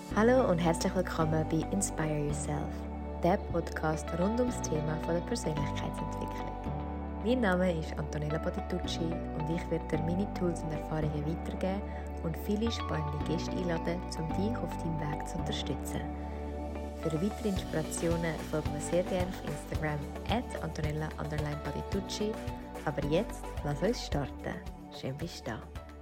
Hallo und herzlich willkommen bei Inspire Yourself, der Podcast rund ums Thema der Persönlichkeitsentwicklung. Mein Name ist Antonella Bottitucci und ich werde dir meine Tools und Erfahrungen weitergeben und viele spannende Gäste einladen, um dich auf deinem Weg zu unterstützen. Für weitere Inspirationen folgt mir sehr gerne auf Instagram @Antonella_Bottitucci. Aber jetzt, lass uns starten. Schön bist du da.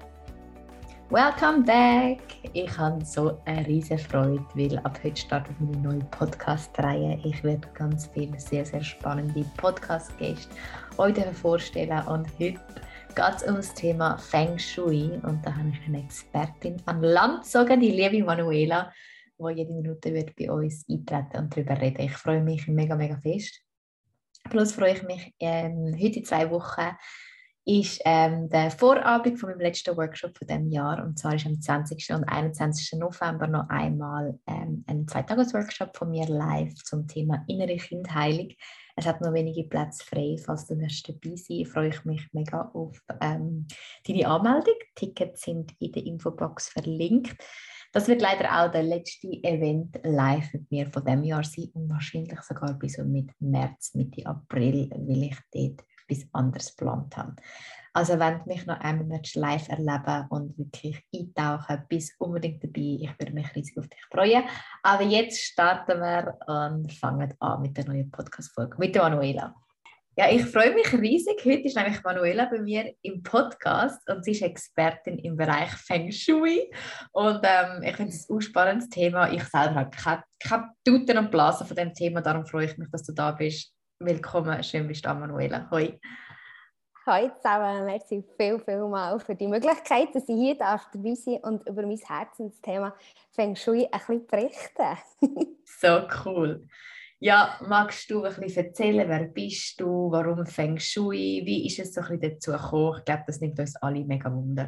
Welcome back! Ich habe so eine riesige Freude, weil ab heute startet meine neue Podcast-Reihe. Ich werde ganz viele sehr, sehr spannende Podcast-Gäste euch vorstellen und heute geht es um das Thema Feng Shui und da habe ich eine Expertin an Land gezogen, die liebe Manuela, die jede Minute wird bei uns eintreten und darüber reden. Ich freue mich mega, mega fest. Plus freue ich mich heute in 2 Wochen ist der Vorabend von meinem letzten Workshop von diesem Jahr. Und zwar ist am 20. und 21. November noch einmal ein 2-Tages-Workshop von mir live zum Thema innere Kindheilung. Es hat noch wenige Plätze frei, falls du dabei sein, freue ich mich mega auf deine Anmeldung. Die Tickets sind in der Infobox verlinkt. Das wird leider auch der letzte Event live mit mir von diesem Jahr sein und wahrscheinlich sogar bis mit März, Mitte April, weil ich dort etwas anderes geplant habe. Also wenn du mich noch einmal live erleben und wirklich eintauchen, bist unbedingt dabei. Ich würde mich riesig auf dich freuen. Aber jetzt starten wir und fangen an mit der neuen Podcast-Folge mit der Manuela. Ja, ich freue mich riesig. Heute ist nämlich Manuela bei mir im Podcast und sie ist Expertin im Bereich Feng Shui. Und ich finde es ein spannendes Thema. Ich selber habe keine Tuten und Blasen von dem Thema, darum freue ich mich, dass du da bist. Willkommen, schön bist du da, Manuela. Hoi. Hallo zusammen, merci viel mal für die Möglichkeit, dass ich hier dabei sein darf und über mein Herzensthema Feng Shui ein bisschen berichten. So cool. Ja, magst du ein bisschen erzählen, wer bist du, warum Feng Shui, wie ist es so ein bisschen dazu gekommen? Ich glaube, das nimmt uns alle mega Wunder.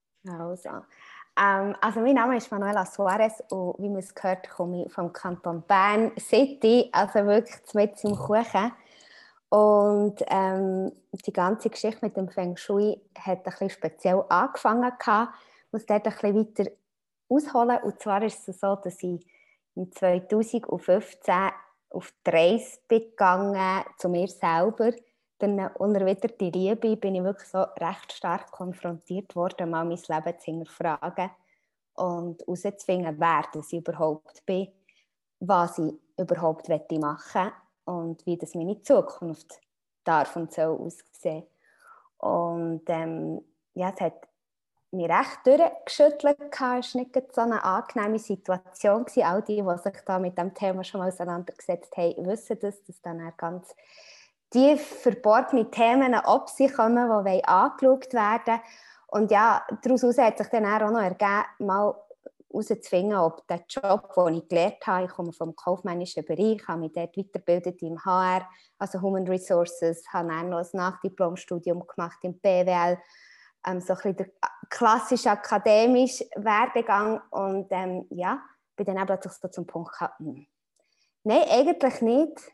Also mein Name ist Manuela Suarez und wie man es gehört, komme ich vom Kanton Bern City, also wirklich mit im Kuchen. Und die ganze Geschichte mit dem Feng Shui hat ein bisschen speziell angefangen. Ich muss dort ein bisschen weiter ausholen. Und zwar ist es so, dass ich im 2015 auf die Reise gegangen zu mir selber. Durch eine unerwiderte Liebe bin ich wirklich so recht stark konfrontiert worden, mal mein Leben zu hinterfragen und herauszufinden, wer das überhaupt bin, was ich überhaupt machen möchte und wie das meine Zukunft darf und soll aussehen. Und es hat mich recht durchgeschüttelt. Es war nicht so eine angenehme Situation. All die sich da mit dem Thema schon mal auseinandergesetzt haben, wissen dass dann auch ganz tief verborgene Themen ab sich kommen, die angeschaut werden. Und ja, daraus hat sich dann auch noch ergeben, mal herauszufinden, ob der Job, den ich gelernt habe, ich komme vom kaufmännischen Bereich, habe mich dort weitergebildet im HR, also Human Resources, habe dann noch ein Nachdiplomstudium gemacht im BWL, so ein bisschen der klassische akademische Werdegang und bin dann auch plötzlich so zum Punkt gekommen, nein, eigentlich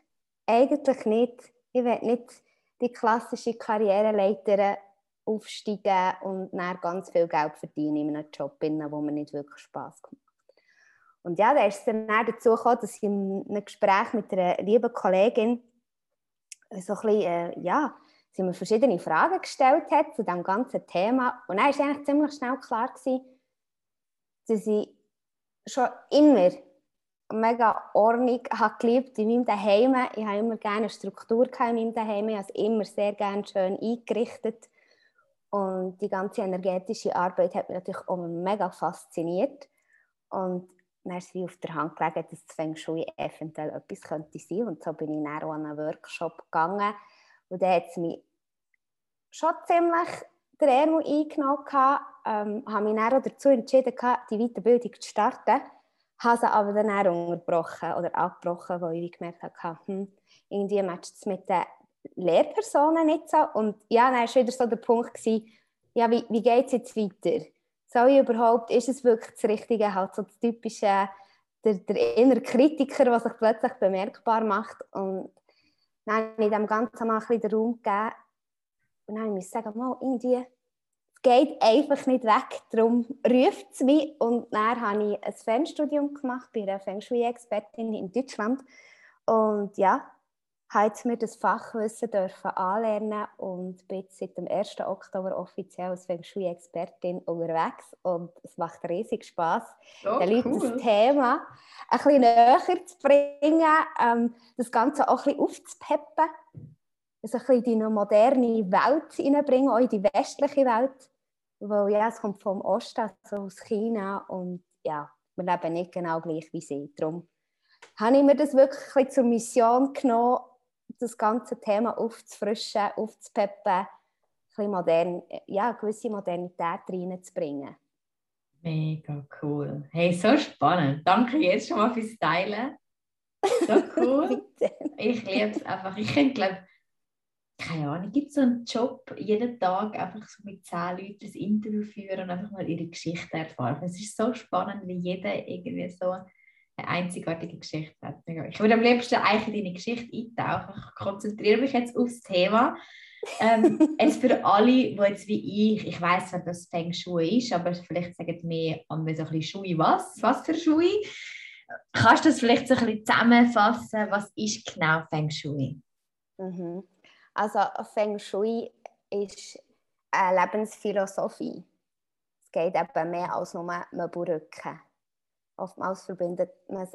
nicht. Ich will nicht die klassische Karriereleiter aufsteigen und dann ganz viel Geld verdienen in einem Job, wo mir nicht wirklich Spass gemacht. Und ja, da ist es dann dazu gekommen, dass ich in einem Gespräch mit einer lieben Kollegin so ein bisschen, sie mir verschiedene Fragen gestellt hat zu diesem ganzen Thema. Und dann war eigentlich ziemlich schnell klar gewesen, dass ich schon immer mega Ordnung habe geliebt in meinem Zuhause. Ich habe immer gerne eine Struktur in meinem Zuhause. Ich habe es immer sehr gerne schön eingerichtet. Und die ganze energetische Arbeit hat mich natürlich auch mega fasziniert. Und dann ist es wie auf der Hand gelegen, dass das Feng Shui eventuell etwas könnte sein. Und so bin ich dann auch an einen Workshop gegangen. Und da hat es mich schon ziemlich den Ärmel eingenommen. Habe mich dann auch dazu entschieden, die Weiterbildung zu starten. Habe sie aber dann auch unterbrochen oder abgebrochen, weil ich gemerkt habe, irgendwie matcht es mit den Lehrpersonen nicht so. Und ja, dann war wieder so der Punkt, ja, wie geht es jetzt weiter? Soll ich überhaupt, ist es wirklich das Richtige, halt so das typische, der innere Kritiker, der sich plötzlich bemerkbar macht. Und dann habe ich dem Ganzen mal ein bisschen den Raum gegeben. Und dann musste ich sagen, irgendwie es geht einfach nicht weg, darum ruft es mich. Und dann habe ich ein Fernstudium gemacht bei einer Feng Shui-Expertin in Deutschland. Und ja, habe jetzt mir das Fachwissen dürfen anlernen und bin jetzt seit dem 1. Oktober offiziell als Feng Shui-Expertin unterwegs. Und es macht riesig Spass, den Leuten das Thema ein bisschen näher zu bringen, das Ganze auch ein bisschen aufzupeppen. Also ein bisschen in die moderne Welt hineinbringen, auch in die westliche Welt. Weil ja, es kommt vom Osten, also aus China. Und ja, wir leben nicht genau gleich wie sie. Darum habe ich mir das wirklich ein bisschen zur Mission genommen, das ganze Thema aufzufrischen, aufzupeppen, ein bisschen modern, ja, eine gewisse Modernität reinzubringen. Mega cool. Hey, so spannend. Danke jetzt schon mal fürs Teilen. So cool. Ich liebe es einfach. Ich könnte, glaube keine Ahnung, gibt es so einen Job, jeden Tag einfach so mit 10 Leuten ein Interview führen und einfach mal ihre Geschichte erfahren. Es ist so spannend, wie jeder irgendwie so eine einzigartige Geschichte hat. Ich würde am liebsten eigentlich in deine Geschichte eintauchen. Ich konzentriere mich jetzt aufs Thema. Jetzt für alle, die jetzt wie ich weiss, was das Feng Shui ist, aber vielleicht sagen mir so ein bisschen Shui was für Shui. Kannst du das vielleicht so ein bisschen zusammenfassen? Was ist genau Feng Shui? Also Feng Shui ist eine Lebensphilosophie. Es geht eben mehr als nur Möbelrücken. Oftmals verbindet man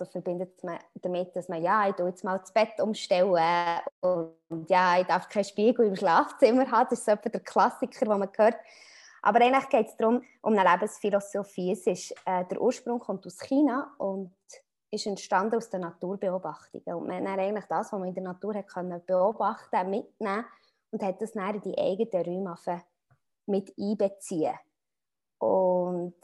damit, dass man, ja, ich tue jetzt mal das Bett umstellen und ja, ich darf keinen Spiegel im Schlafzimmer haben. Das ist so etwa der Klassiker, den man hört. Aber eigentlich geht es darum, um eine Lebensphilosophie. Es ist, der Ursprung kommt aus China und ist entstanden aus der Naturbeobachtung. Und man hat eigentlich das, was man in der Natur hat beobachten konnte, mitnehmen und hat das dann in die eigenen Räume mit einbeziehen. Und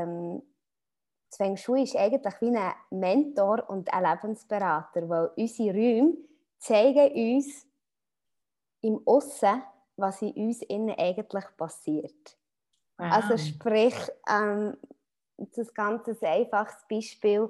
das Feng Shui ist eigentlich wie ein Mentor und ein Lebensberater, weil unsere Räume zeigen uns im Aussen, was in uns innen eigentlich passiert. Wow. Also sprich, das ganze einfaches Beispiel,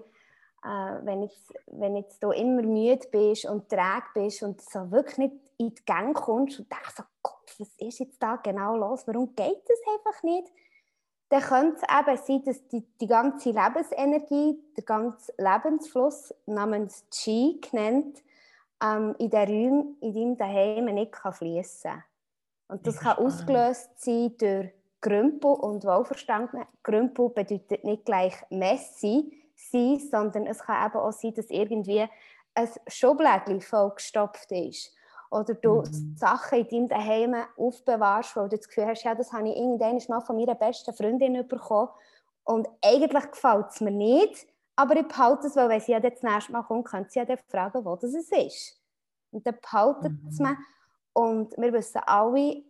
wenn jetzt du immer müde bist und träge bist und so wirklich nicht in die Gänge kommst und denkst so, Gott, was ist jetzt da genau los? Warum geht das einfach nicht? Dann könnte es eben sein, dass die ganze Lebensenergie, der ganze Lebensfluss, namens Qi genannt, in den Räumen, in deinem Zuhause nicht fließen kann. Und das kann ausgelöst sein durch Grümpel und wohlverstanden. Grümpel bedeutet nicht gleich messy sein, sondern es kann eben auch sein, dass irgendwie ein Schublädchen vollgestopft ist. Oder du Sachen in deinem Daheim aufbewahrst, weil du das Gefühl hast, ja, das habe ich irgendwann mal von meiner besten Freundin bekommen. Und eigentlich gefällt es mir nicht, aber ich behalte es, weil wenn sie ja das nächste Mal kommt, könnte sie ja dann fragen, wo das ist. Und dann behaltet es man. Und wir wissen alle,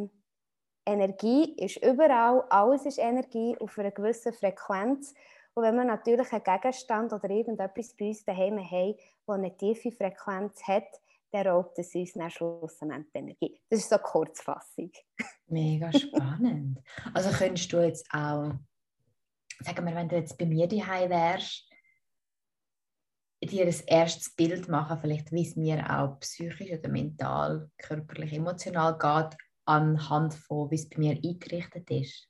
Energie ist überall, alles ist Energie auf einer gewissen Frequenz. Und wenn wir natürlich einen Gegenstand oder irgendetwas bei uns daheim haben, das eine tiefe Frequenz hat, dann raubt es uns dann schlussendlich Energie. Das ist so eine Kurzfassung. Mega spannend. Also könntest du jetzt auch, sagen wir, wenn du jetzt bei mir daheim wärst, dir ein erstes Bild machen, vielleicht wie es mir auch psychisch oder mental, körperlich, emotional geht, anhand von, wie es bei mir eingerichtet ist?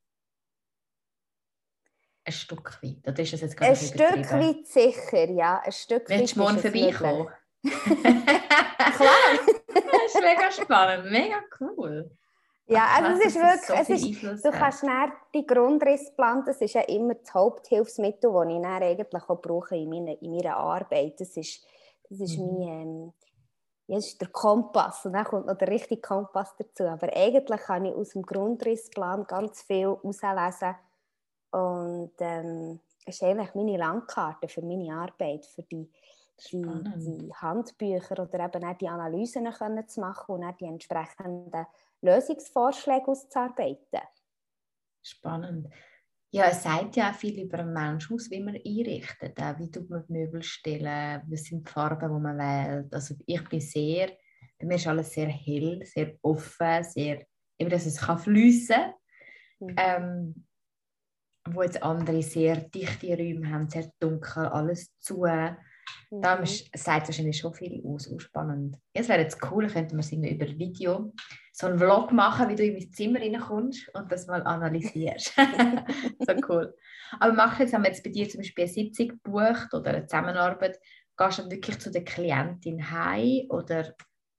Ein Stück weit. Oder ist das jetzt gerade ein Stück weit sicher, ja. Ein Stück willst du morgen vorbeikommen? Klar. Das ist mega spannend, mega cool. Ja, also es ist wirklich, du kannst dann die Grundrissplan, das ist ja immer das Haupthilfsmittel, das ich dann eigentlich auch brauche in meiner Arbeit. Das ist mein, ja, das ist der Kompass und dann kommt noch der richtige Kompass dazu. Aber eigentlich kann ich aus dem Grundrissplan ganz viel herauslesen und es ist eigentlich meine Landkarte für meine Arbeit, für die Handbücher oder eben auch die Analysen zu machen und auch die entsprechenden Lösungsvorschläge auszuarbeiten. Spannend. Ja, es sagt ja auch viel über einen Menschen aus, wie man einrichtet, wie tut man die Möbel stellen, was sind die Farben, die man wählt. Also ich bin bei mir ist alles sehr hell, sehr offen, sehr, eben, dass es fliessen kann. Wo jetzt andere sehr dichte Räume haben, sehr dunkel, alles zu. Da sagt wahrscheinlich schon viel aus, spannend. Ja, es wäre jetzt cool, könnten wir es über Video so einen Vlog machen, wie du in mein Zimmer reinkommst und das mal analysierst. So cool. Aber haben wir jetzt bei dir zum Beispiel eine Sitzung gebucht oder eine Zusammenarbeit, gehst du dann wirklich zu der Klientin heim oder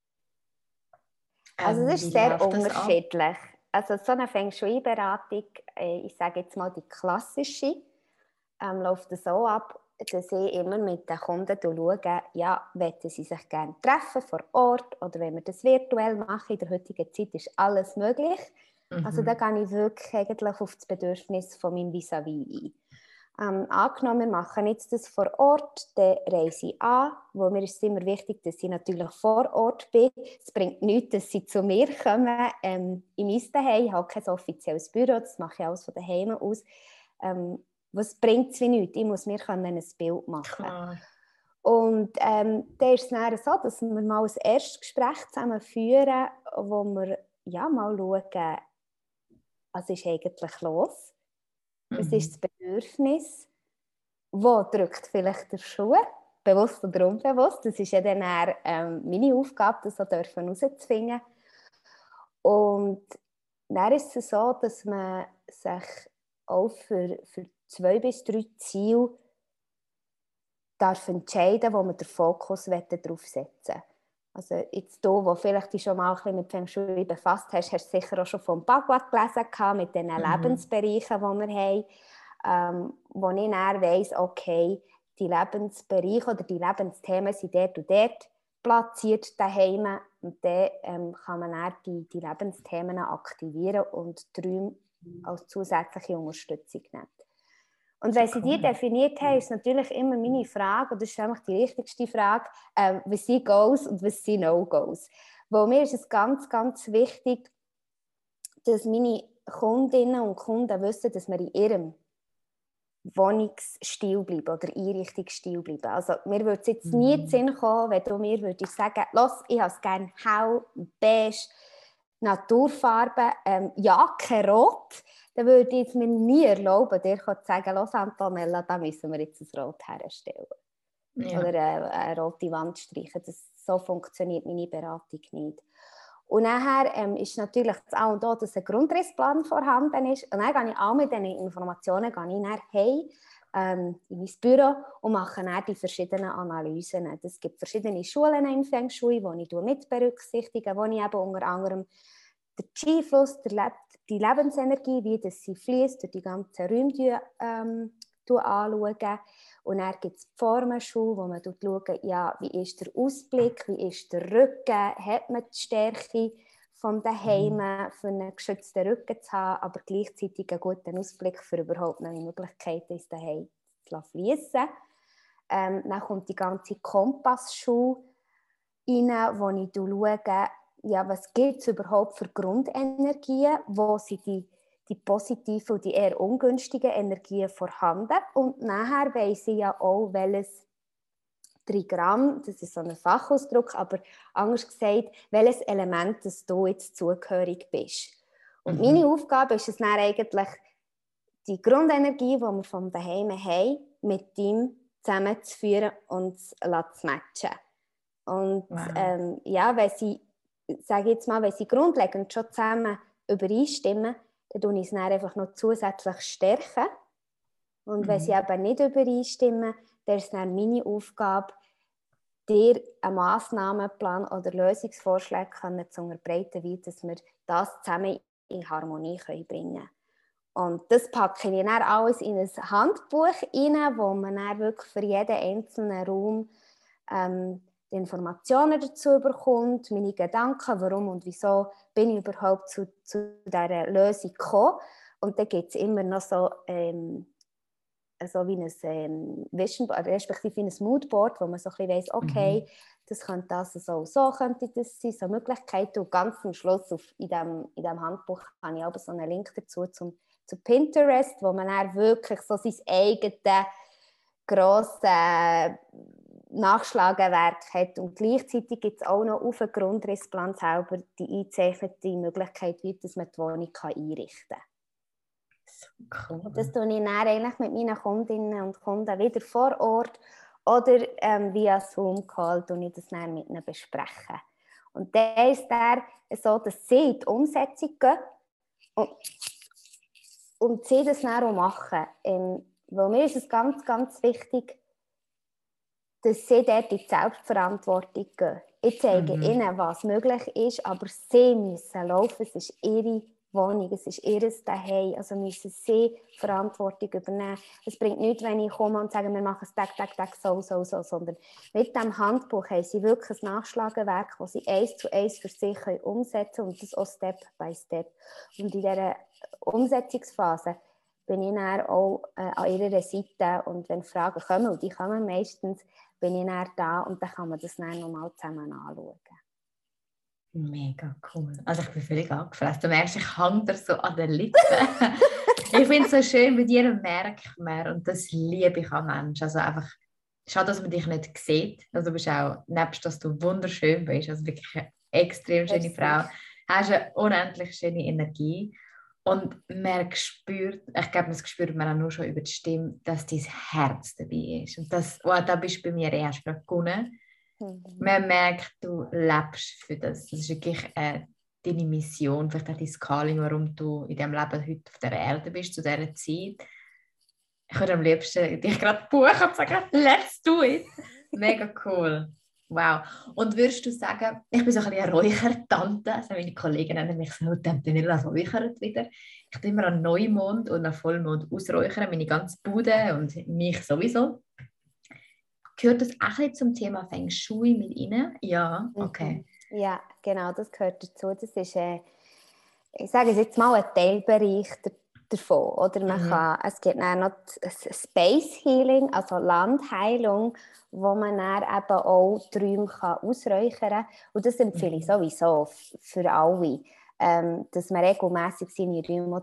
also das ist sehr unterschiedlich. Also so eine Feng Shui-Beratung, ich sage jetzt mal die klassische, läuft so ab, dass ich immer mit den Kunden schaue, ja, wollen sie sich gerne treffen vor Ort oder wenn wir das virtuell machen, in der heutigen Zeit ist alles möglich. Also da gehe ich wirklich eigentlich auf das Bedürfnis von meinem Vis-à-vis ein. Angenommen, wir machen jetzt das vor Ort, dann reise ich an, wo mir ist es immer wichtig, dass ich natürlich vor Ort bin. Es bringt nichts, dass sie zu mir kommen, in mein Zuhause. Ich habe kein offizielles Büro, das mache ich alles von daheim aus. Was bringt es wie nichts? Ich muss mir ein Bild machen. Klar. Und dann ist es dann so, dass wir mal ein erstes Gespräch zusammen führen, wo wir ja, mal schauen, was ist eigentlich los? Was ist das Bedürfnis? Wo drückt vielleicht der Schuh? Bewusst oder unbewusst? Das ist ja dann meine Aufgabe, das auch herauszufinden. Und dann ist es so, dass man sich auch für 2 bis 3 Ziele darf entscheiden, wo man den Fokus darauf setzen will. Also jetzt du, wo vielleicht dich schon mal ein bisschen mit Feng Shui befasst hast, hast du sicher auch schon vom Bhagavad gelesen, mit den Lebensbereichen, die wir haben, wo ich dann weiss, okay, die Lebensbereiche oder die Lebensthemen sind dort und dort platziert daheim und dann kann man dann die Lebensthemen aktivieren und die Räume als zusätzliche Unterstützung nehmen. Und wenn sie die definiert haben, ist natürlich immer meine Frage, und das ist nämlich die wichtigste Frage, was sind Goals und was sind No-Goals. Weil mir ist es ganz, ganz wichtig, dass meine Kundinnen und Kunden wissen, dass wir in ihrem Wohnungsstil bleiben oder Einrichtungsstil bleiben. Also mir würde es jetzt nie in den Sinn kommen, wenn du mir würdest sagen, los, ich habe es gerne hell, beige, Naturfarben, Jacke rot, dann würde ich es mir nie erlauben, dir zu sagen, los Antonella, da müssen wir jetzt ein Rot herstellen. Ja. Oder eine rote Wand streichen. So funktioniert meine Beratung nicht. Und nachher ist natürlich das A und O, dass ein Grundrissplan vorhanden ist. Und dann gehe ich all mit diesen Informationen in mein Büro und mache dann die verschiedenen Analysen. Es gibt verschiedene Schulen im Feng Shui, die ich mit berücksichtige, wo ich eben unter anderem den Qi-Fluss, die Lebensenergie, wie das sie fließt, durch die ganzen Räume anschauen. Und dann gibt es die Formenschule, wo man schaut, ja, wie ist der Ausblick, wie ist der Rücken, hat man die Stärke von daheim für einen geschützten Rücken zu haben, aber gleichzeitig einen guten Ausblick für überhaupt neue Möglichkeiten ins Daheim zu fließen. Dann kommt die ganze Kompassschule rein, wo ich schaue, ja, was gibt es überhaupt für Grundenergien, wo sind die positiven und die eher ungünstigen Energien vorhanden. Und nachher weiss ich ja auch, welches Trigramm, das ist so ein Fachausdruck, aber anders gesagt, welches Element das du jetzt zugehörig bist. Und meine Aufgabe ist es dann eigentlich, die Grundenergie, die wir von daheim haben, mit ihm zusammenzuführen und zu matchen. Und ja, wenn sie, sage jetzt mal, wenn sie grundlegend schon zusammen übereinstimmen, dann tue ich es dann einfach noch zusätzlich stärken. Und wenn sie eben nicht übereinstimmen, dann ist es dann meine Aufgabe, dir einen Massnahmenplan oder Lösungsvorschläge zu unterbreiten, wie dass wir das zusammen in Harmonie bringen können. Und das packe ich dann alles in ein Handbuch rein, wo man dann wirklich für jeden einzelnen Raum die Informationen dazu bekommt, meine Gedanken, warum und wieso bin ich überhaupt zu dieser Lösung gekommen. Und dann gibt es immer noch so wie ein Vision Board, respektive wie ein Moodboard, wo man so ein bisschen weiss, okay, das könnte das so könnte das sein, so Möglichkeiten. Und ganz am Schluss in diesem Handbuch habe ich aber so einen Link dazu zu Pinterest, wo man dann wirklich so sein eigenes grosses Nachschlagewerk hat. Und gleichzeitig gibt es auch noch auf den Grundrissplan selber die eingezeichnete Möglichkeit, wie man die Wohnung einrichten kann. Cool. Das tue ich dann eigentlich mit meinen Kundinnen und Kunden wieder vor Ort Oder via Zoom-Call bespreche ich das dann mit ihnen besprechen. Und dann ist der so, dass sie in die Umsetzung gehen und sie das dann auch machen. Weil mir ist es ganz, ganz wichtig, dass sie dort in die Selbstverantwortung gehen. Ich zeige ihnen, was möglich ist, aber sie müssen laufen. Es ist ihre Wohnung, es ist ihr Zuhause. Also müssen sie Verantwortung übernehmen. Es bringt nichts, wenn ich komme und sage, wir machen es Tag, so, sondern mit diesem Handbuch haben sie wirklich ein Nachschlagewerk, das sie 1:1 für sich umsetzen können und das auch Step by Step. Und in dieser Umsetzungsphase bin ich dann auch an ihrer Seite und wenn Fragen kommen, und die kommen meistens, bin ich dann da und dann kann man das dann nochmal zusammen anschauen. Mega cool. Also ich bin völlig angefressen. Du merkst, ich hänge dir so an den Lippen. Ich finde es so schön, bei dir merkt man, und das liebe ich an Menschen. Also einfach, schade, dass man dich nicht sieht. Also du bist auch, nebst dass du wunderschön bist, also wirklich eine extrem schöne Frau, hast eine unendlich schöne Energie. Und man spürt, ich glaube, das spürt man auch nur schon über die Stimme, dass dein Herz dabei ist. Und das, da bist du bei mir erst gerade gewonnen. Man merkt, du lebst für das. Das ist wirklich deine Mission, vielleicht auch dein Calling, warum du in diesem Leben heute auf der Erde bist, zu dieser Zeit. Ich würde am liebsten dich gerade buchen und sagen, let's do it. Mega cool. Wow. Und würdest du sagen, ich bin so ein bisschen eine Räuchertante, also meine Kollegen nennen mich so, Antonella räuchert wieder. Ich bin immer an Neumond und an Vollmond ausräuchern, meine ganze Bude und mich sowieso. Gehört das auch ein bisschen zum Thema Feng Shui mit rein? Ja, okay. Ja, genau, das gehört dazu. Das ist, ich sage es jetzt mal, ein Teilbereich davon. Oder man kann, es gibt dann noch Space Healing, also Landheilung, wo man dann eben auch die Räume ausräuchern kann. Und das empfehle ich sowieso für alle, dass man regelmässig seine Räume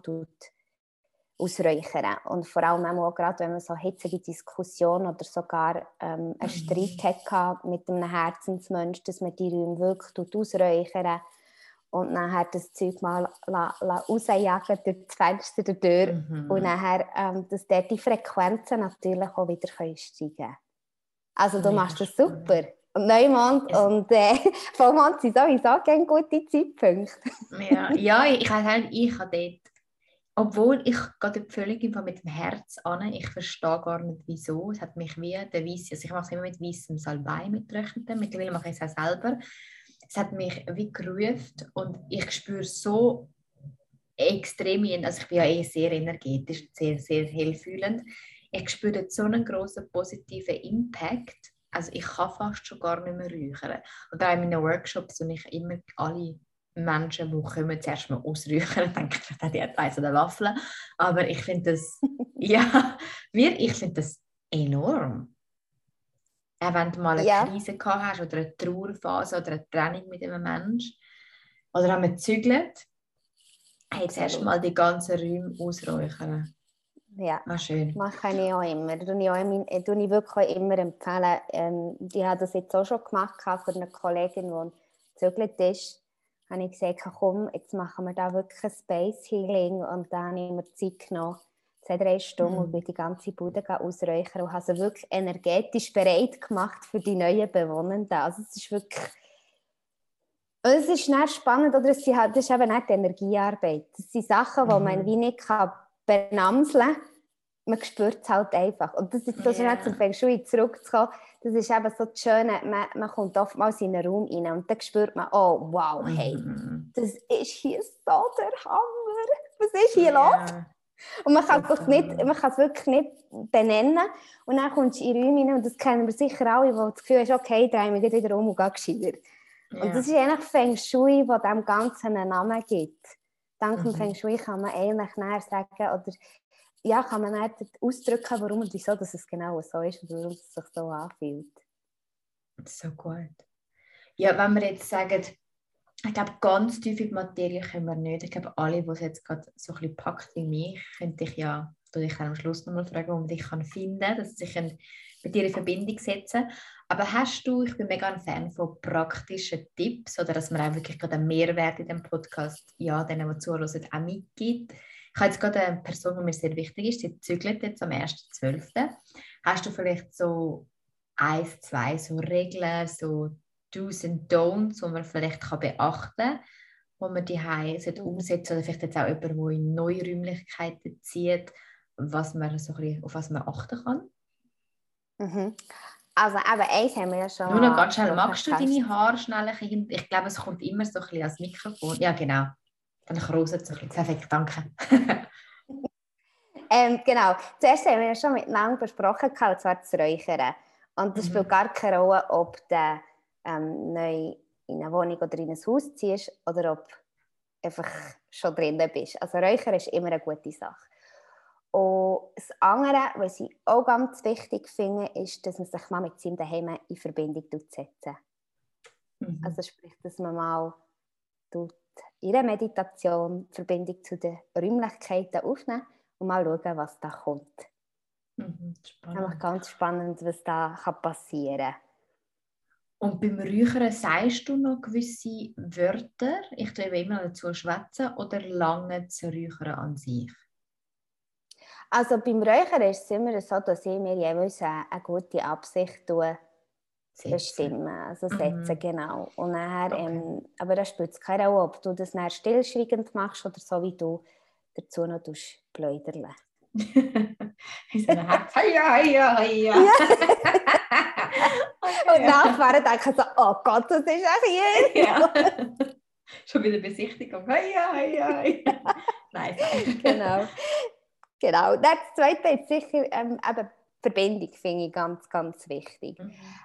ausräuchern. Und vor allem auch gerade, wenn man so hitzige Diskussionen oder sogar einen Streit hatte mit einem Herzensmensch, dass man die Räume wirklich ausräuchern und nachher das Zeug mal rausjagen durch das Fenster der Tür und nachher, dass dort die Frequenzen natürlich auch wieder steigen können. Also du machst das super. Und Neumond und Vollmond sind sowieso keine gute Zeitpunkte. Ja, ich habe dort, obwohl ich gehe dort völlig mit dem Herz an, ich verstehe gar nicht, wieso. Es hat mich wie der Weiss, also ich mache es immer mit weissem Salbei mittlerweile mache ich es auch selber. Es hat mich wie gerufen und ich spüre so extrem, also ich bin ja sehr energetisch und sehr, sehr hellfühlend. Ich spüre so einen grossen positiven Impact, also ich kann fast schon gar nicht mehr räuchern. Und auch in meinen Workshops und ich immer alle Menschen, die kommen, zuerst mal ausräuchern, denke ich, vielleicht hat eins oder Waffeln. Aber ich finde das, ich finde das enorm. Auch wenn du mal eine Krise gehabt hast oder eine Trauerphase oder eine Trennung mit einem Menschen oder wenn man zügelt, jetzt erstmal die ganzen Räume ausräuchern. Ja, schön. Mache ich auch immer. Das empfehle ich wirklich auch immer empfehlen. Ich habe das jetzt auch schon gemacht für eine Kollegin, die gezügelt ist. Habe ich gesagt, komm, jetzt machen wir da wirklich ein Space Healing und dann habe ich mir Zeit genommen, 2-3 Stunden und bin die ganze Bude ausräuchern und habe sie wirklich energetisch bereit gemacht für die neuen Bewohnenden. Also es ist wirklich... Und es ist nicht spannend, oder? Das ist eben nicht die Energiearbeit. Das sind Sachen, die man wie nicht benamseln kann. Man spürt es halt einfach. Und das ist nicht zum Feng Shui zurückzukommen. Das ist eben so das Schöne, man kommt oftmals in einen Raum rein und dann spürt man, oh wow, hey, das ist hier so der Hammer. Was ist hier los? Und man kann es wirklich nicht benennen. Und dann kommst du in Räume rein, und das kennen wir sicher alle, wo das Gefühl hast, okay, drehen wir wieder um und gehen gescheiter. Und das ist eigentlich Feng Shui, das dem Ganzen einen Namen gibt. Dank dem Feng Shui kann man eigentlich näher sagen, oder ja, kann man näher ausdrücken, warum und wieso dass es genau so ist und warum es sich so anfühlt. So gut. Ja, wenn wir jetzt sagen, ich glaube, ganz tief in die Materie können wir nicht. Ich glaube, alle, die es jetzt gerade so ein bisschen packt wie mich, könnte ich dich am Schluss nochmal fragen, wo man dich finden kann, dass sie sich mit dir in Verbindung setzen. Aber hast du, ich bin mega ein Fan von praktischen Tipps, oder dass man auch wirklich gerade einen Mehrwert in dem Podcast, denen, die zuhören, auch mitgibt. Ich habe jetzt gerade eine Person, die mir sehr wichtig ist, sie zügelt jetzt am 1.12. Hast du vielleicht so 1, 2 so Regeln, so Do's and Don'ts, die man vielleicht beachten kann, die man die umsetzen oder vielleicht jetzt auch jemand, der in neue Räumlichkeiten zieht, was man so ein bisschen, auf was man achten kann? Also eben, eins haben wir ja schon. Nur noch ganz schnell, magst du deine Haare schnell? Ich glaube, es kommt immer so ein bisschen als Mikrofon. Ja, genau. Dann kroset es ein bisschen. Perfekt, danke. Genau. Zuerst haben wir ja schon miteinander besprochen, und zwar das Räuchern. Und das spielt gar keine Rolle, ob du neu in eine Wohnung oder in ein Haus ziehst oder ob du einfach schon drinnen bist. Also Räuchern ist immer eine gute Sache. Und das andere, was ich auch ganz wichtig finde, ist, dass man sich mal mit seinem Daheim in Verbindung setzt. Also sprich, dass man mal in einer Meditation die Verbindung zu den Räumlichkeiten aufnehmen und mal schauen, was da kommt. Spannend. Ganz spannend, was da passieren kann. Und beim Räuchern sagst du noch gewisse Wörter? Ich tue immer dazu schwätzen oder lange das Räuchern an sich? Also beim Räuchern ist es immer so, dass ich mir jeweils eine gute Absicht bestimmen, also setzen, genau. Und nachher, aber da spielt es keine Rolle, ob du das dann stillschweigend machst oder so, wie du dazu noch pläudern. So ein Herz, heia. Und nachher denken so, oh Gott, das ist auch hier. Ja. Schon wieder Besichtigung, heia. Nein. Genau. Das Zweite ist sicher eben Verbindung, finde ich ganz, ganz wichtig.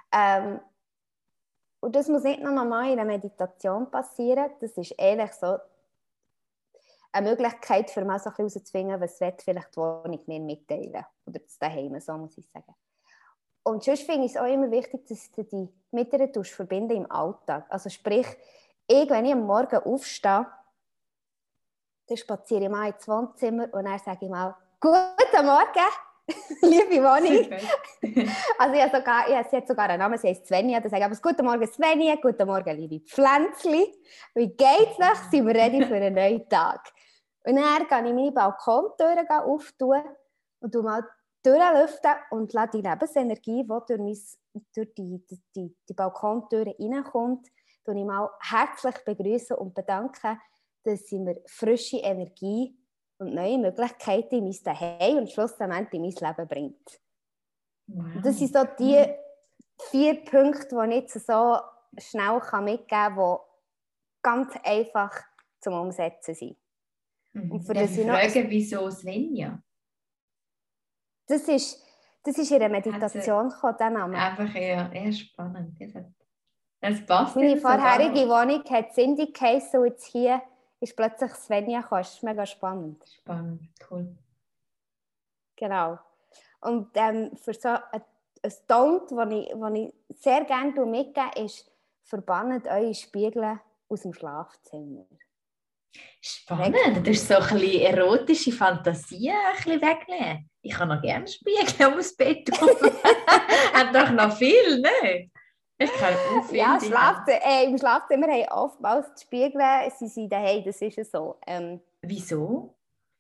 Und das muss nicht nur mal in einer Meditation passieren, das ist ehrlich so eine Möglichkeit für mich, so ein bisschen herauszufinden, was vielleicht die Wohnung mir mitteilen oder das Daheim, so muss ich sagen. Und sonst finde ich es auch immer wichtig, dass du dich mit ihr verbinden im Alltag. Also sprich, wenn ich am Morgen aufstehe, dann spaziere ich mal ins Wohnzimmer und dann sage ich mal, guten Morgen, liebe Wohnung. Also sie hat sogar einen Namen, sie heißt Svenja. Dann sage ich, guten Morgen Svenja, guten Morgen liebe Pflänzli. Wie geht's noch? Sind wir ready für einen neuen Tag? Und dann gehe ich meine Balkontüren auftun und mal durchlüften und lasse die Lebensenergie, die durch die Balkontüren reinkommt, ich mal herzlich begrüßen und bedanken, dass sie mir frische Energie und neue Möglichkeiten in mein Zuhause und schlussendlich in mein Leben bringt. Wow. Und das sind so die 4 Punkte, die ich jetzt so schnell mitgeben kann, die ganz einfach zum Umsetzen sind. Und für das ich frage, wieso Svenja? Das ist in der Meditation gekommen, der Name. Einfach eher spannend. Das passt. Meine vorherige Wohnung hat Cindy geheißen und jetzt hier ist plötzlich Svenja gekommen. Das ist mega spannend. Spannend, cool. Genau. Und für so ein Don't, das ich sehr gerne mitgebe, ist, verbannt eure Spiegel aus dem Schlafzimmer. Spannend, das ist so ein bisschen erotische Fantasie wegnehmen. Ich kann noch gerne Spiegel ums Bett tun. Hat doch noch viel, ne? Ich kann auch viel. Ja, im Schlafzimmer haben oftmals die Spiegel, sie sind daheim, das ist ja so. Wieso?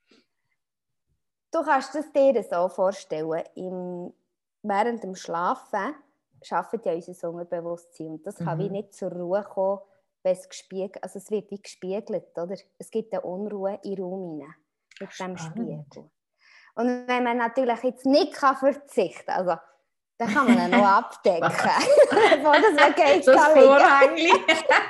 Du kannst es dir so vorstellen, während dem Schlafen arbeitet ja unser Unterbewusstsein und das kann wie nicht zur Ruhe kommen, wenn es gespiegelt, also es wird wie gespiegelt, oder? Es gibt eine Unruhe in den Raum hinein, mit dem Spiegel. Und wenn man natürlich jetzt nicht verzichten kann, also dann kann man ihn noch abdecken. Bevor das weggeht, so das Vorhängchen.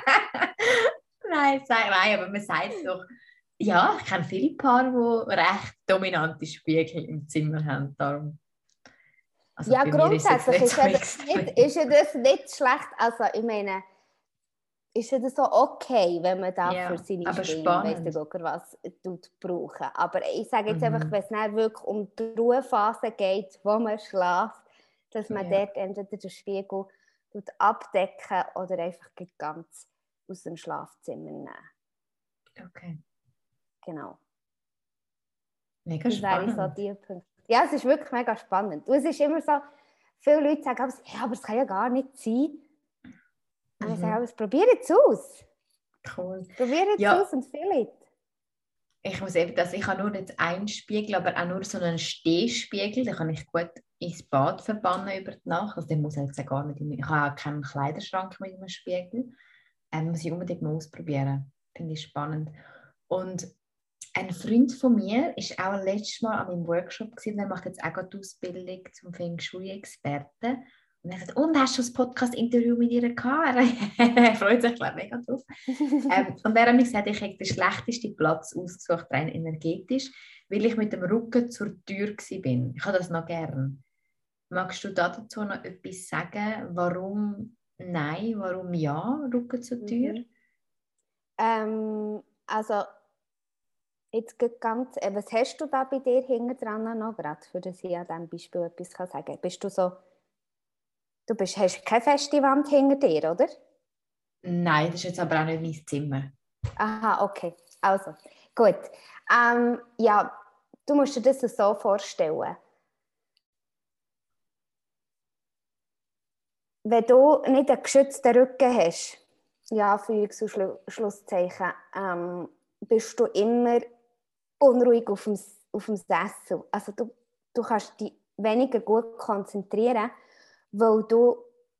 Nein, aber man sagt es doch. Ja, ich kenne viele Paare, die recht dominante Spiegel im Zimmer haben. Darum. Also ja, grundsätzlich ist das nicht schlecht. Also ich meine, ist das so okay, wenn man da für seine Stimme weiss der Gucker was brauchen. Aber ich sage jetzt einfach, wenn es nicht wirklich um die Ruhephase geht, wo man schläft, dass man dort entweder den Spiegel abdecken oder einfach ganz aus dem Schlafzimmer nehmen. Okay. Genau. Mega spannend. So die Punkte. Ja, es ist wirklich mega spannend. Und es ist immer so, viele Leute sagen, aber es kann ja gar nicht sein. Und ich sage, aber probiert es aus. Cool. Probiert es aus und vielleicht. Ich muss eben, ich habe nur jetzt einen Spiegel, aber auch nur so einen Stehspiegel, den kann ich gut ins Bad verbannen über die Nacht. Also der muss jetzt ja gar nicht, ich habe auch keinen Kleiderschrank mit einem Spiegel. Muss ich unbedingt mal ausprobieren. Finde ich spannend. Und ein Freund von mir war auch letztes Mal an meinem Workshop gewesen, der macht jetzt auch gerade die Ausbildung zum Feng Shui-Experten. Und er sagt, und hast du das Podcast-Interview mit ihr gehabt? Er freut sich, glaube ich, mega drauf. Und er hat mir gesagt, ich hätte den schlechtesten Platz ausgesucht, rein energetisch, weil ich mit dem Rücken zur Tür war. Ich habe das noch gern. Magst du dazu noch etwas sagen? Warum nein, warum ja, Rücken zur Tür? Also, jetzt geht ganz, was hast du da bei dir hinten dran noch gerade, für das ich an diesem Beispiel etwas sagen kann? Bist du so, hast keine feste Wand hinter dir, oder? Nein, das ist jetzt aber auch nicht mein Zimmer. Aha, okay. Also, gut. Ja, du musst dir das so vorstellen. Wenn du nicht einen geschützten Rücken hast, ja, Anführungs- und Schlusszeichen, bist du immer unruhig auf dem Sessel. Also du kannst dich weniger gut konzentrieren, weil du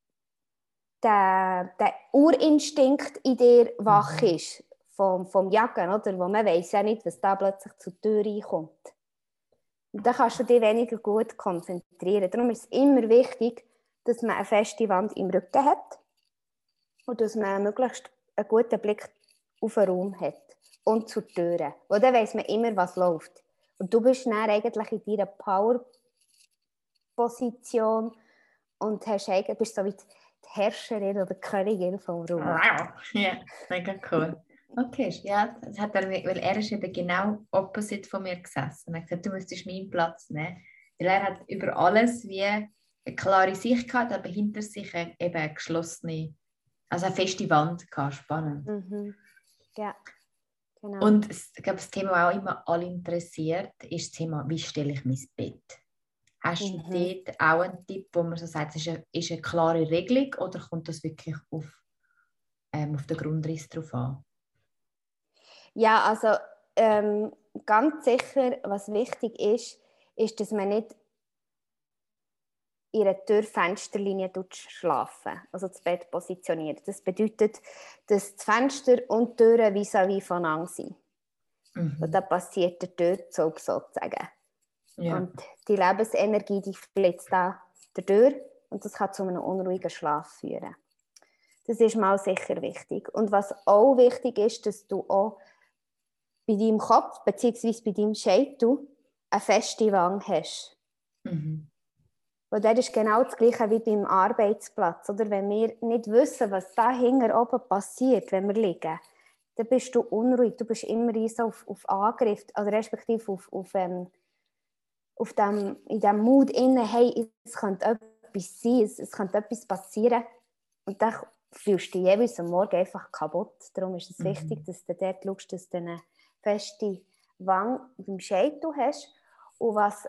der Urinstinkt in dir wach ist, vom Jagen, oder? Wo man weiss ja nicht, was da plötzlich zur Tür reinkommt. Und dann kannst du dich weniger gut konzentrieren. Darum ist es immer wichtig, dass man eine feste Wand im Rücken hat und dass man möglichst einen guten Blick auf den Raum hat und zur Tür. Weil dann weiss man immer, was läuft. Und du bist dann eigentlich in deiner Power-Position und bist so wie die Herrscherin oder die Königin vom Raum. Ja, mega cool. Okay, ja, das hat er, weil er ist eben genau opposite von mir gesessen. Er hat gesagt, du müsstest meinen Platz nehmen. Weil er hat über alles wie eine klare Sicht gehabt, aber hinter sich eben eine geschlossene, also eine feste Wand gehabt. Spannend. Mhm. Ja, genau. Und ich glaube, das Thema, das auch immer alle interessiert, ist das Thema, wie stelle ich mein Bett? Hast du dort auch einen Tipp, wo man so sagt, es ist eine klare Regelung oder kommt das wirklich auf den Grundriss drauf an? Ja, also ganz sicher, was wichtig ist, dass man nicht in einer Tür-Fensterlinie schlafen, also das Bett positioniert. Das bedeutet, dass das Fenster und die Türen vis-à-vis voneinander sind. Und dann passiert der Türzug sozusagen. Ja. Und die Lebensenergie, die flitzt da durch und das kann zu einem unruhigen Schlaf führen. Das ist mal sicher wichtig. Und was auch wichtig ist, dass du auch bei deinem Kopf bzw. bei deinem Scheitel eine feste Wand hast. Weil das ist genau das Gleiche wie beim Arbeitsplatz. Oder wenn wir nicht wissen, was da hinten oben passiert, wenn wir liegen, dann bist du unruhig. Du bist immer so auf Angriff, also respektive in diesem Mut innen, hey, es könnte etwas sein, es könnte etwas passieren. Und dann fühlst du dich jeweils am Morgen einfach kaputt. Darum ist es wichtig, dass du dort schaust, dass du eine feste Wand beim Scheitel hast. Und was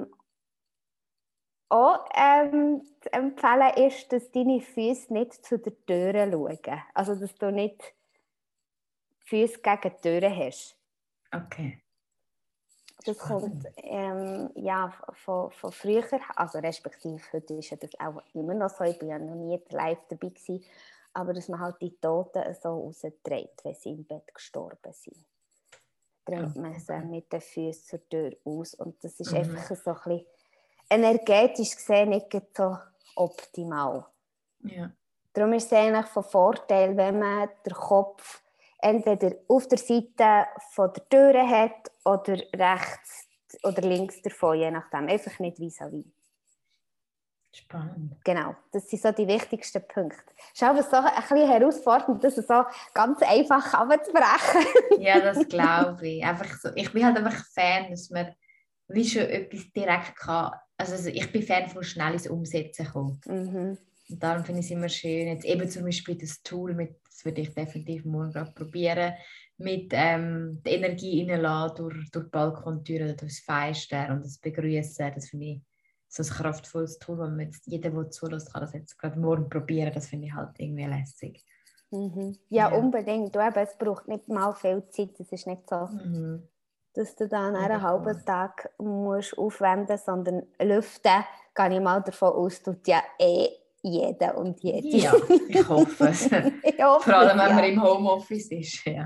auch zu empfehlen ist, dass deine Füße nicht zu den Türen schauen. Also, dass du nicht die Füße gegen die Türen hast. Okay. Das kommt ja, von früher, also respektive heute ist das auch immer noch so, ich war ja noch nie live dabei gewesen, aber dass man halt die Toten so rausdreht, wenn sie im Bett gestorben sind. Dreht man sie mit den Füßen zur Tür aus und das ist einfach so ein bisschen energetisch gesehen nicht so optimal. Ja. Darum ist es eigentlich von Vorteil, wenn man den Kopf entweder auf der Seite von der Tür hat oder rechts oder links davon, je nachdem. Einfach nicht vis-à-vis. Spannend. Genau, das sind so die wichtigsten Punkte. Es ist aber so ein bisschen herausfordernd, das so ganz einfach runterzubrechen. Ja, das glaube ich. Einfach so, ich bin halt einfach Fan, dass man wie schon etwas direkt kann. Also ich bin Fan von schnelles Umsetzen kommen. Und darum finde ich es immer schön. Jetzt eben zum Beispiel das Tool, das würde ich definitiv morgen gerade probieren, mit der Energie reinlassen durch die Balkontüre oder durch das Fenster und das Begrüßen. Das finde ich so ein kraftvolles Tool, wo man jetzt jeder, der zulässt, kann das jetzt gerade morgen probieren. Das finde ich halt irgendwie lässig. Ja, unbedingt. Du, eben, es braucht nicht mal viel Zeit. Das ist nicht so dass du dann Ja, einen halben voll. Tag musst aufwenden musst, sondern lüften, gehe ich mal davon aus, tut ja jeder und jede. Ja, ich hoffe es. Ich hoffe Vor allem, es, wenn man ja. im Homeoffice ist. Ja.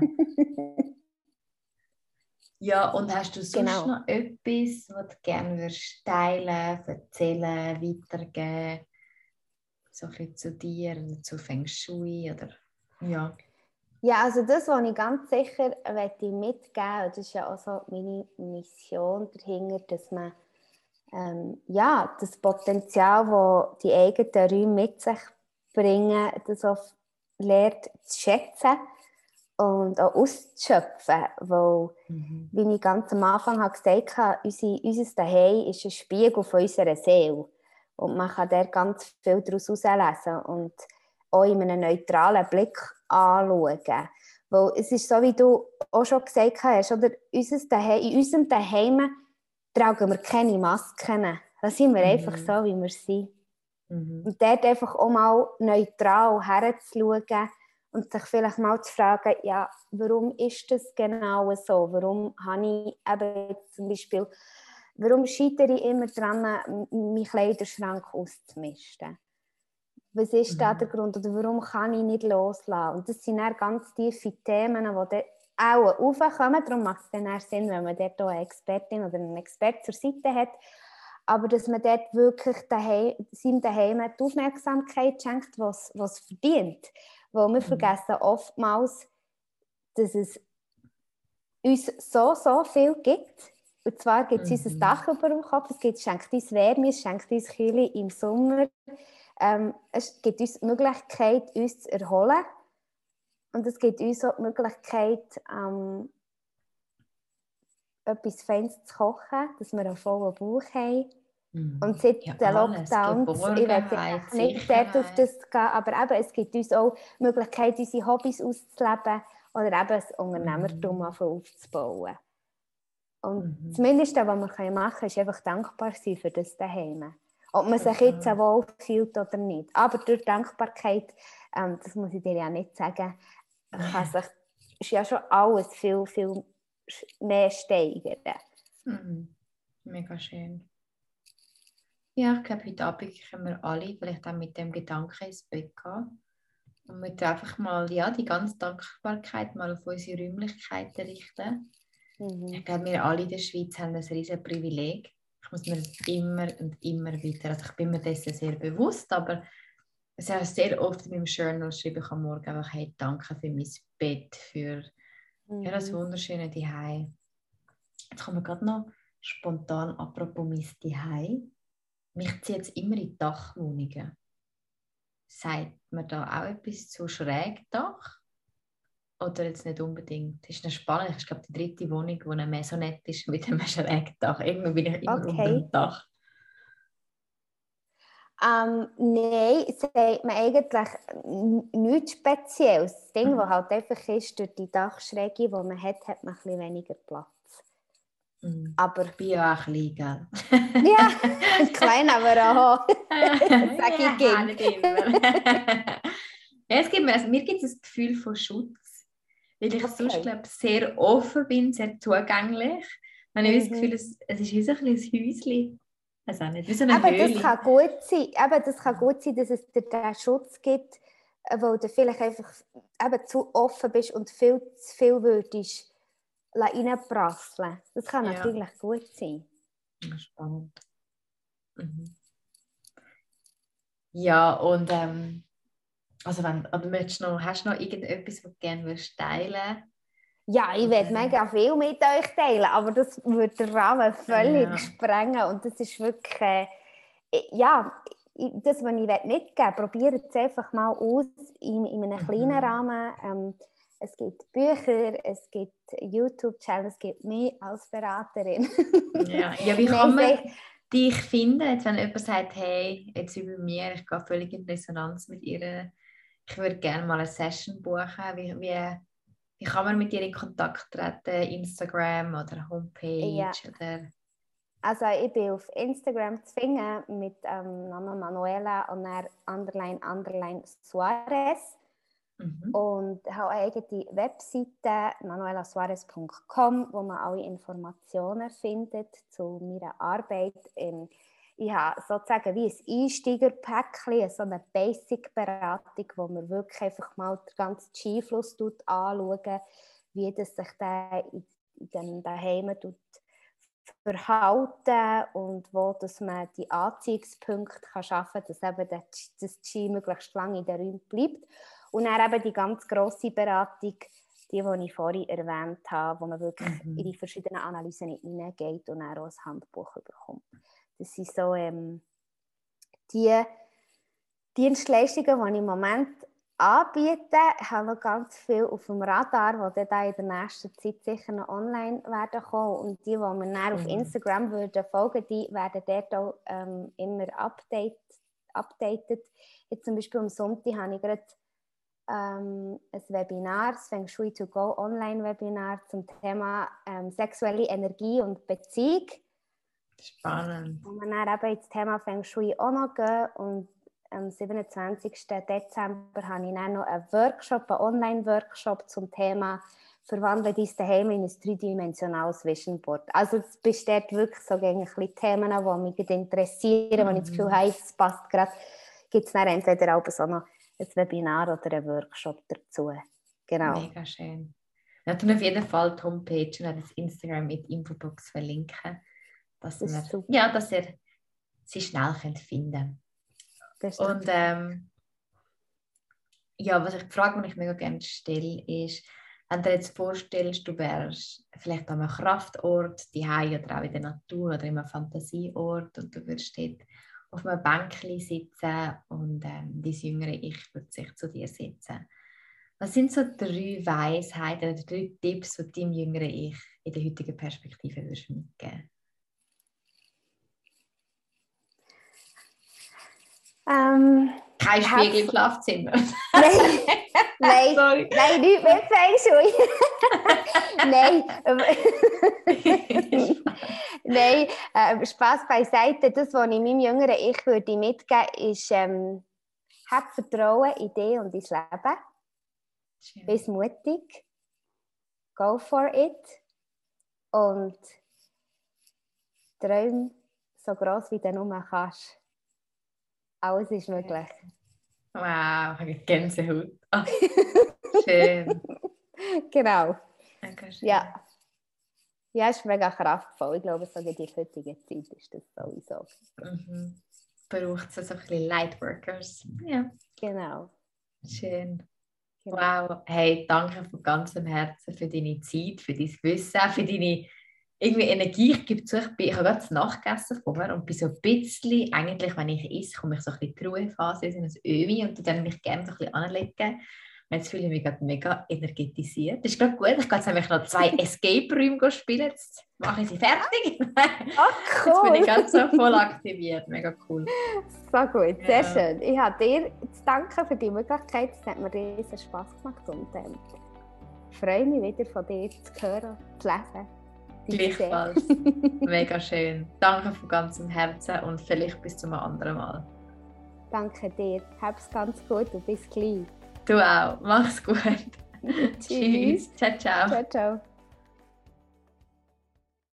Ja, und hast du sonst Genau. noch etwas, was du gerne würdest teilen, erzählen, weitergeben? So ein bisschen zu dir oder zu Feng Shui? Oder? Ja. Ja, also das, was ich ganz sicher mitgeben möchte, das ist ja auch so meine Mission dahinter, dass man das Potenzial, das die eigenen Räume mit sich bringen, das auch lernt zu schätzen und auch auszuschöpfen. Weil, wie ich ganz am Anfang gesagt habe, unser Zuhause ist ein Spiegel von unserer Seele. Und man kann da ganz viel daraus herauslesen und auch in einem neutralen Blick anschauen. Weil es ist so, wie du auch schon gesagt hast, oder in unserem Zuhause tragen wir keine Masken. Da sind wir einfach so, wie wir sind. Und dort einfach auch mal neutral herzuschauen und sich vielleicht mal zu fragen, ja, warum ist das genau so? Warum habe ich eben jetzt zum Beispiel, warum scheitere ich immer daran, meinen Kleiderschrank auszumisten? Was ist da der Grund? Oder warum kann ich nicht loslassen? Und das sind dann ganz tiefe Themen, die dann auch raufkommen. Darum macht es dann auch Sinn, wenn man dort auch eine Expertin oder einen Experten zur Seite hat. Aber dass man dort wirklich seinem Daheim die Aufmerksamkeit schenkt, was es verdient. Weil wir vergessen oftmals, dass es uns so viel gibt. Und zwar gibt es unser Dach über dem Kopf, es schenkt uns Wärme, es schenkt uns Kühle im Sommer. Es gibt uns die Möglichkeit, uns zu erholen. Und es gibt uns auch die Möglichkeit, etwas Feines zu kochen, dass wir einen vollen Bauch haben. Und seit Ja, den alles. Lockdowns, ich will Geborgenheit, nicht dort auf Sicherheit. das gehen, aber eben, es gibt uns auch die Möglichkeit, unsere Hobbys auszuleben oder eben das Unternehmertum aufzubauen. Und das Mindeste, was wir machen können, ist einfach dankbar sein für das Daheim. Ob man sich jetzt wohl fühlt oder nicht. Aber durch Dankbarkeit, das muss ich dir ja nicht sagen, ist ja schon alles viel, viel mehr steigern. Mega schön. Ja, ich glaube, heute Abend können wir alle vielleicht auch mit dem Gedanken ins Bett gehen. Und mit einfach mal die ganze Dankbarkeit mal auf unsere Räumlichkeiten richten. Ich glaube, wir alle in der Schweiz haben ein riesiges Privileg. Ich muss mir das immer und immer wieder, also ich bin mir dessen sehr bewusst, aber es ist sehr oft in meinem Journal schreibe ich am Morgen einfach, hey, danke für mein Bett, für das wunderschöne Zuhause. Jetzt kommen wir gerade noch spontan, apropos mein Zuhause. Mich zieht jetzt immer in Dachwohnungen. Sagt man da auch etwas zu Schrägdach? Oder jetzt nicht unbedingt? Das ist noch spannend. Ich glaube, die dritte Wohnung, die eine Maisonette ist mit einem Schrägdach. Irgendwie bin ich immer unter dem Dach. Nein, sagt man eigentlich nichts Spezielles. Das Ding, das halt einfach ist, durch die Dachschräge, die man hat man ein bisschen weniger Platz. Aber ich bin ja auch klein, gell? Ja, klein, aber auch. Sag ich ja, nicht immer. Mir gibt es ein Gefühl von Schutz. Weil ich sonst, glaube ich, sehr offen bin, sehr zugänglich. Dann habe ich das Gefühl, es ist wie so ein Häuschen. Also auch nicht, wie so eine Höhle. Das kann gut sein. Das kann gut sein, dass es dir den Schutz gibt, weil du vielleicht einfach zu offen bist und viel zu viel würdest reinprasseln. Das kann natürlich gut sein. Spannend. Ja, und also hast du noch irgendetwas, was du gerne teilen würdest? Ja, ich werde mega viel mit euch teilen, aber das würde den Rahmen völlig sprengen. Und das ist wirklich, das, was ich mitgeben will, probiert es einfach mal aus in einem kleinen Rahmen. Es gibt Bücher, es gibt YouTube-Channels, es gibt mich als Beraterin. Ja, wie kann man dich finden, jetzt, wenn jemand sagt, hey, jetzt über mir, ich gehe völlig in Resonanz mit ihr, ich würde gerne mal eine Session buchen. Wie kann man mit dir in Kontakt treten? Instagram oder Homepage? Ja. Oder? Also ich bin auf Instagram zu finden mit Namen Manuela und dann __Suarez. Und habe eine eigene Webseite, manuelasuarez.com, wo man alle Informationen findet zu meiner Arbeit. Ich habe sozusagen wie ein Einsteigerpäckchen, so eine Basic-Beratung, wo man wirklich einfach mal den ganzen Skifluss anschaut, wie das sich der in dem daheim verhalten und wo dass man die Anziehungspunkte schaffen kann, dass eben das Ski möglichst lange in den Räumen bleibt. Und dann eben die ganz grosse Beratung, die ich vorhin erwähnt habe, wo man wirklich in die verschiedenen Analysen hineingeht und dann auch ein Handbuch bekommt. Das sind so die Dienstleistungen, die ich im Moment anbiete. Ich habe noch ganz viel auf dem Radar, die dann in der nächsten Zeit sicher noch online werden kommen. Und die mir dann auf Instagram folgen, die werden dort auch immer updated. Jetzt zum Beispiel am Sonntag habe ich gerade ein Webinar, das Feng Shui to Go Online-Webinar zum Thema sexuelle Energie und Beziehung. Spannend. Und wir dann eben ins Thema Feng Shui auch noch gehen. Und am 27. Dezember habe ich dann noch einen Online-Workshop zum Thema «Verwandle dein Zuhause in ein dreidimensionales Vision Board». Also es besteht wirklich so gegen ein bisschen Themen, die mich interessieren, wenn ich das Gefühl habe, es passt gerade. Gibt es dann entweder auch so noch ein Webinar oder einen Workshop dazu. Genau. Mega schön. Wir tun auf jeden Fall die Homepage und das Instagram mit Infobox verlinken, dass ihr sie schnell finden könnt. Und was ich die Frage, die ich mega gerne stelle, ist, wenn du dir jetzt vorstellst, du wärst vielleicht an einem Kraftort, daheim oder auch in der Natur oder in einem Fantasieort und du würdest dort auf einem Bänkchen sitzen und dein jüngere Ich würde sich zu dir setzen. Was sind so 3 Weisheiten oder 3 Tipps, die deinem jüngeren Ich in der heutigen Perspektive mitgeben würdest? Kein Spiegel im Schlafzimmer. Nein, nicht mehr Feng Shui. Nein, Spaß beiseite. Das, was ich meinem jüngeren Ich würde mitgeben würde, ist, hab Vertrauen in dich und dein Leben. Schön. Bist mutig. Go for it. Und träum so gross, wie du nur kannst. Alles ist möglich. Wow, ich habe Gänsehaut. Oh, schön. Genau. Dankeschön. Ja. Ja, es ist mega kraftvoll. Ich glaube, so in der heutigen Zeit ist das sowieso. Braucht es so ein bisschen Lightworkers. Ja. Genau. Schön. Genau. Wow. Hey, danke von ganzem Herzen für deine Zeit, für dein Wissen, für deine Energie. Ich gebe zu, ich habe gerade nachgegessen vorher und bin so ein bisschen, eigentlich, wenn ich esse, komme ich so ein bisschen in die Ruhephase, in ein Ömi und dann mich gerne so ein bisschen anlegen. Jetzt fühle ich mich gerade mega energetisiert. Das ist gerade gut. Ich gehe jetzt nämlich noch 2 Escape-Räume spielen. Jetzt mache ich sie fertig. Ach, cool. Jetzt bin ich ganz so voll aktiviert. Mega cool. So gut, sehr schön. Ich habe dir zu danken für die Möglichkeit. Es hat mir riesen Spass gemacht und freue mich wieder von dir zu hören, zu lesen. Gleichfalls. Mega schön. Danke von ganzem Herzen und vielleicht bis zum anderen Mal. Danke dir. Hab's ganz gut und bis gleich. Du auch. Mach's gut. Tschüss. Ciao, ciao. Ciao, ciao.